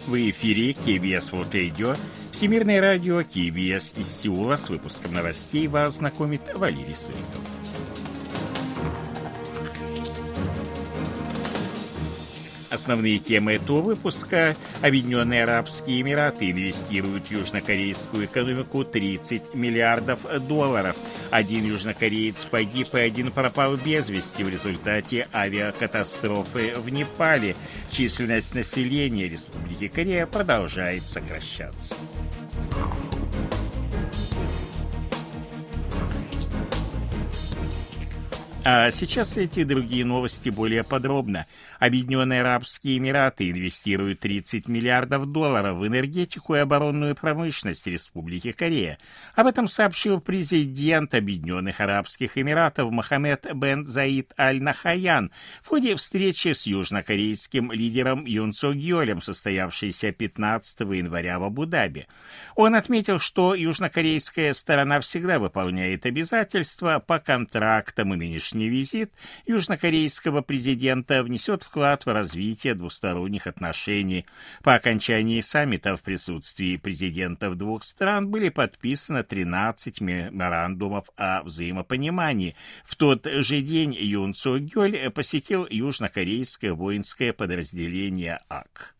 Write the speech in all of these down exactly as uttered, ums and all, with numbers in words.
В эфире кей би эс World Radio, Всемирное радио кей би эс из Сеула. С выпуском новостей вас знакомит Валерий Суриков. Основные темы этого выпуска. Объединенные Арабские Эмираты инвестируют в южнокорейскую экономику тридцать миллиардов долларов. Один южнокореец погиб и один пропал без вести в результате авиакатастрофы в Непале. Численность населения Республики Корея продолжает сокращаться. А сейчас эти и другие новости более подробно. Объединенные Арабские Эмираты инвестируют тридцать миллиардов долларов в энергетику и оборонную промышленность Республики Корея. Об этом сообщил президент Объединенных Арабских Эмиратов Мохаммед бен Заид Аль-Нахаян в ходе встречи с южнокорейским лидером Юн Сок Йолем, состоявшейся пятнадцатого января в Абу-Даби. Он отметил, что южнокорейская сторона всегда выполняет обязательства по контрактам, и нынешний визит южнокорейского президента внесет вклад в развитие двусторонних отношений. По окончании саммита в присутствии президентов двух стран были подписаны тринадцать меморандумов о взаимопонимании. В тот же день Юн Сок Йоль посетил южнокорейское воинское подразделение АК.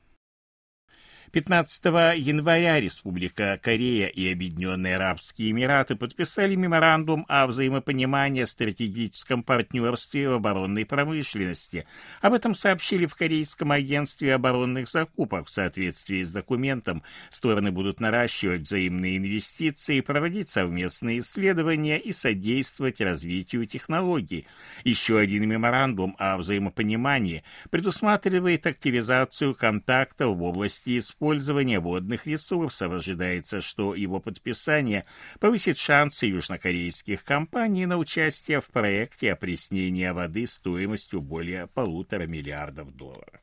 пятнадцатого января Республика Корея и Объединенные Арабские Эмираты подписали меморандум о взаимопонимании о стратегическом партнерстве в оборонной промышленности. Об этом сообщили в Корейском агентстве оборонных закупок. В соответствии с документом стороны будут наращивать взаимные инвестиции, проводить совместные исследования и содействовать развитию технологий. Еще один меморандум о взаимопонимании предусматривает активизацию контактов в области использования Использование водных ресурсов. Ожидается, что его подписание повысит шансы южнокорейских компаний на участие в проекте опреснения воды стоимостью более полутора миллиардов долларов.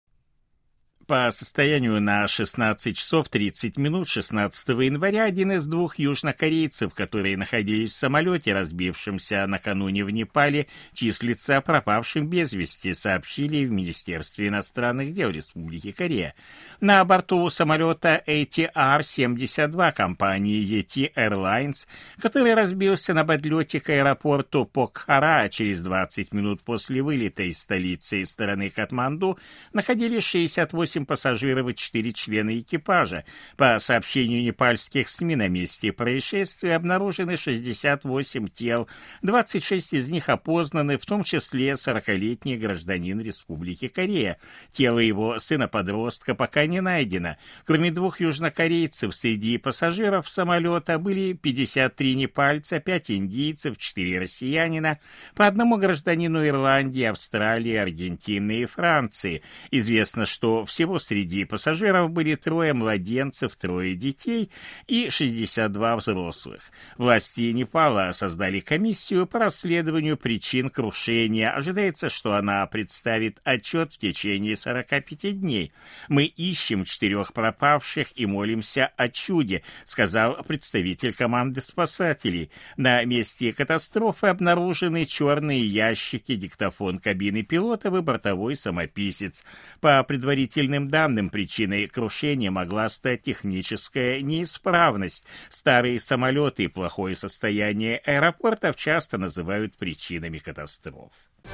По состоянию на шестнадцать часов тридцать минут шестнадцатого января один из двух южнокорейцев, которые находились в самолете, разбившемся накануне в Непале, числится пропавшим без вести, сообщили в Министерстве иностранных дел Республики Корея. На борту самолета эй ти ар семьдесят два компании Yeti Airlines, который разбился на подлете к аэропорту Покхара через двадцать минут после вылета из столицы из стороны Катманду, находились шестьдесят восемь пассажиров и четыре члена экипажа. По сообщению непальских СМИ, на месте происшествия обнаружены шестьдесят восемь тел, двадцать шесть из них опознаны, в том числе сорокалетний гражданин Республики Корея. Тело его сына-подростка пока не найдено. Кроме двух южнокорейцев, среди пассажиров самолета были пятьдесят три непальца, пять индийцев, четыре россиянина, по одному гражданину Ирландии, Австралии, Аргентины и Франции. Известно, что всего среди пассажиров были трое младенцев, трое детей и шестьдесят два взрослых. Власти Непала создали комиссию по расследованию причин крушения. Ожидается, что она представит отчет в течение сорока пяти дней. «Мы ищем четырех пропавших и молимся о чуде», сказал представитель команды спасателей. На месте катастрофы обнаружены черные ящики, диктофон кабины пилота и бортовой самописец. По предварительным данным, причиной крушения могла стать техническая неисправность. Старые самолеты и плохое состояние аэропортов часто называют причинами катастроф.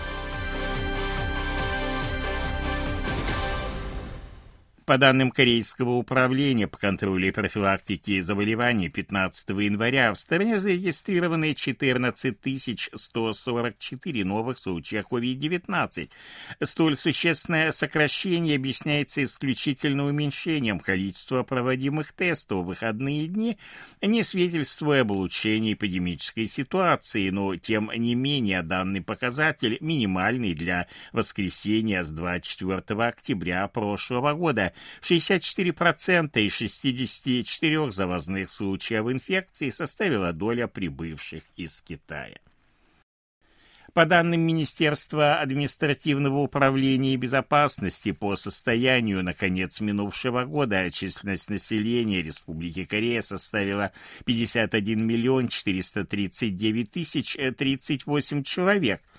По данным Корейского управления по контролю и профилактике заболеваний, пятнадцатого января в стране зарегистрированы четырнадцать тысяч сто сорок четыре новых случая ковид девятнадцать. Столь существенное сокращение объясняется исключительно уменьшением количества проводимых тестов в выходные дни, не свидетельствуя об улучшении эпидемической ситуации, но тем не менее данный показатель минимальный для воскресенья с двадцать четвёртого октября прошлого года. шестьдесят четыре процента из шестидесяти четырёх завозных случаев инфекции составила доля прибывших из Китая. По данным Министерства административного управления и безопасности, по состоянию на конец минувшего года численность населения Республики Корея составила пятьдесят один миллион четыреста тридцать девять тысяч тридцать восемь человек.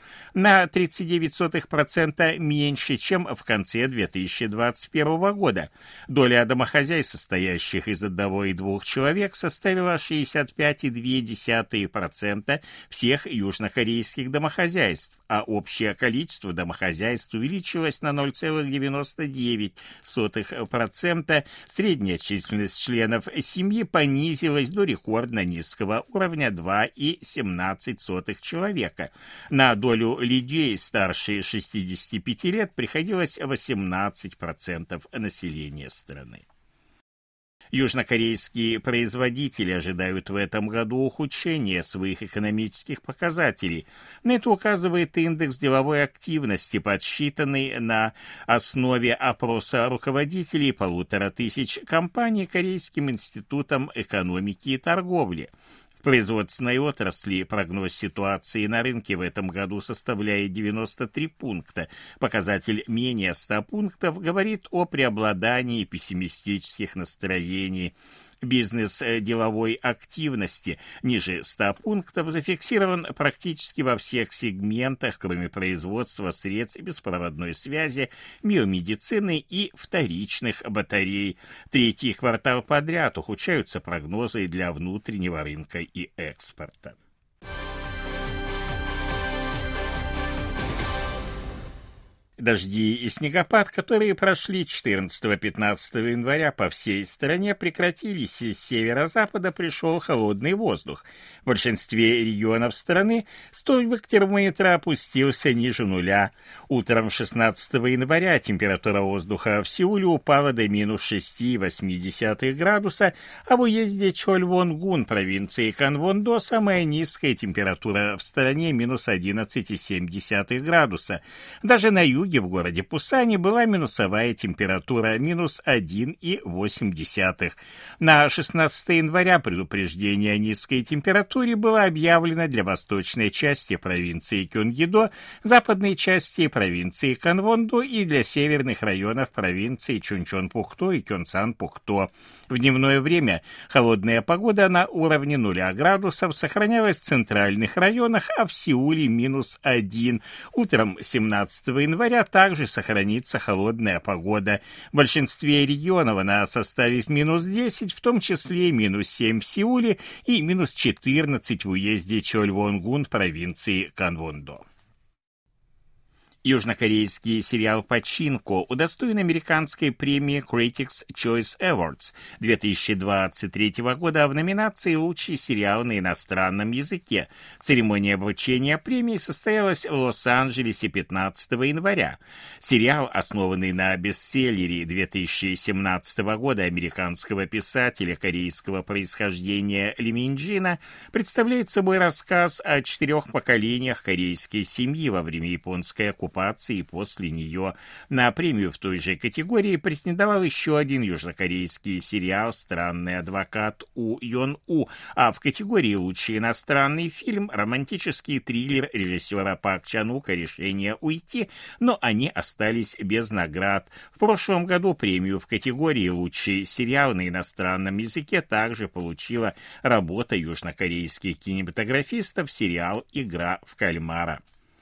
на тридцать девять сотых процента меньше, чем в конце две тысячи двадцать первого года. Доля домохозяйств, состоящих из одного и двух человек, составила шестьдесят пять целых две десятых процента всех южнокорейских домохозяйств, а общее количество домохозяйств увеличилось на ноль целых девяносто девять сотых процента. Средняя численность членов семьи понизилась до рекордно низкого уровня два целых семнадцать сотых человека. На долю людей старше шестидесяти пяти лет приходилось восемнадцать процентов населения страны. Южнокорейские производители ожидают в этом году ухудшения своих экономических показателей. На это указывает индекс деловой активности, подсчитанный на основе опроса руководителей полутора тысяч компаний Корейским институтом экономики и торговли. В производственной отрасли прогноз ситуации на рынке в этом году составляет девяносто три пункта. Показатель менее ста пунктов говорит о преобладании пессимистических настроений. Бизнес деловой активности ниже ста пунктов зафиксирован практически во всех сегментах, кроме производства средств беспроводной связи, биомедицины и вторичных батарей. Третий квартал подряд ухудшаются прогнозы для внутреннего рынка и экспорта. Дожди и снегопад, которые прошли четырнадцатого-пятнадцатого января по всей стране, прекратились, и с северо-запада пришел холодный воздух. В большинстве регионов страны столбик термометра опустился ниже нуля. Утром шестнадцатого января температура воздуха в Сеуле упала до минус шести целых восьми десятых градуса, а в уезде Чольвонгун провинции Канвондо самая низкая температура в стране минус одиннадцать целых семь десятых градуса. Даже на юге в городе Пусане была минусовая температура минус один целых восемь десятых. На шестнадцатого января предупреждение о низкой температуре было объявлено для восточной части провинции Кёнгидо, западной части провинции Канвондо и для северных районов провинции Чунчон-Пукто и Кёнсан-Пукто. В дневное время холодная погода на уровне нуля градусов сохранялась в центральных районах, а в Сеуле минус один. Утром семнадцатого января также сохранится холодная погода. В большинстве регионов она составит минус десять, в том числе минус семь в Сеуле и минус четырнадцать в уезде Чольвонгун провинции Канвондо. Южнокорейский сериал «Починко» удостоен американской премии Critics' Choice Awards две тысячи двадцать третьего года в номинации «Лучший сериал на иностранном языке». Церемония вручения премии состоялась в Лос-Анджелесе пятнадцатого января. Сериал, основанный на бестселлере две тысячи семнадцатого года американского писателя корейского происхождения Ли Минджина, представляет собой рассказ о четырех поколениях корейской семьи во время японской оккупации и после нее. На премию в той же категории претендовал еще один южнокорейский сериал «Странный адвокат У Йон-У», а в категории «Лучший иностранный фильм» романтический триллер режиссера Пак Чан-ука «Решение уйти», но они остались без наград. В прошлом году премию в категории «Лучший сериал на иностранном языке» также получила работа южнокорейских кинематографистов, сериал «Игра в кальмара».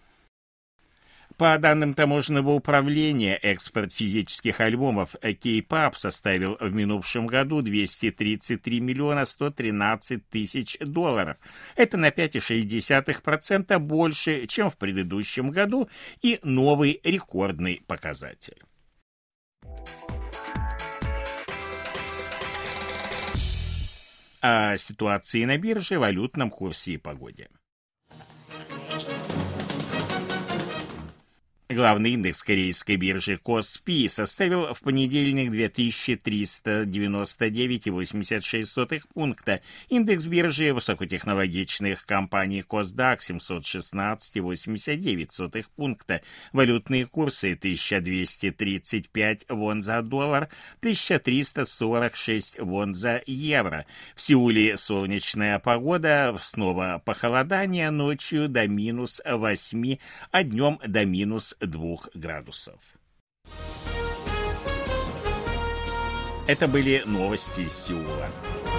По данным таможенного управления, экспорт физических альбомов K-пап составил в минувшем году двести тридцать три миллиона сто тринадцать тысяч долларов. Это на пять целых шесть десятых процента больше, чем в предыдущем году, и новый рекордный показатель. О ситуации на бирже, валютном курсе и погоде. Главный индекс корейской биржи Коспи составил в понедельник две тысячи триста девяносто девять целых восемьдесят шесть сотых пункта. Индекс биржи высокотехнологичных компаний Косдак семьсот шестнадцать целых восемьдесят девять сотых пункта. Валютные курсы тысяча двести тридцать пять вон за доллар, тысяча триста сорок шесть вон за евро. В Сеуле солнечная погода, снова похолодание, ночью до минус восьми, а днем до минус двух градусов. Это были новости из Сеула.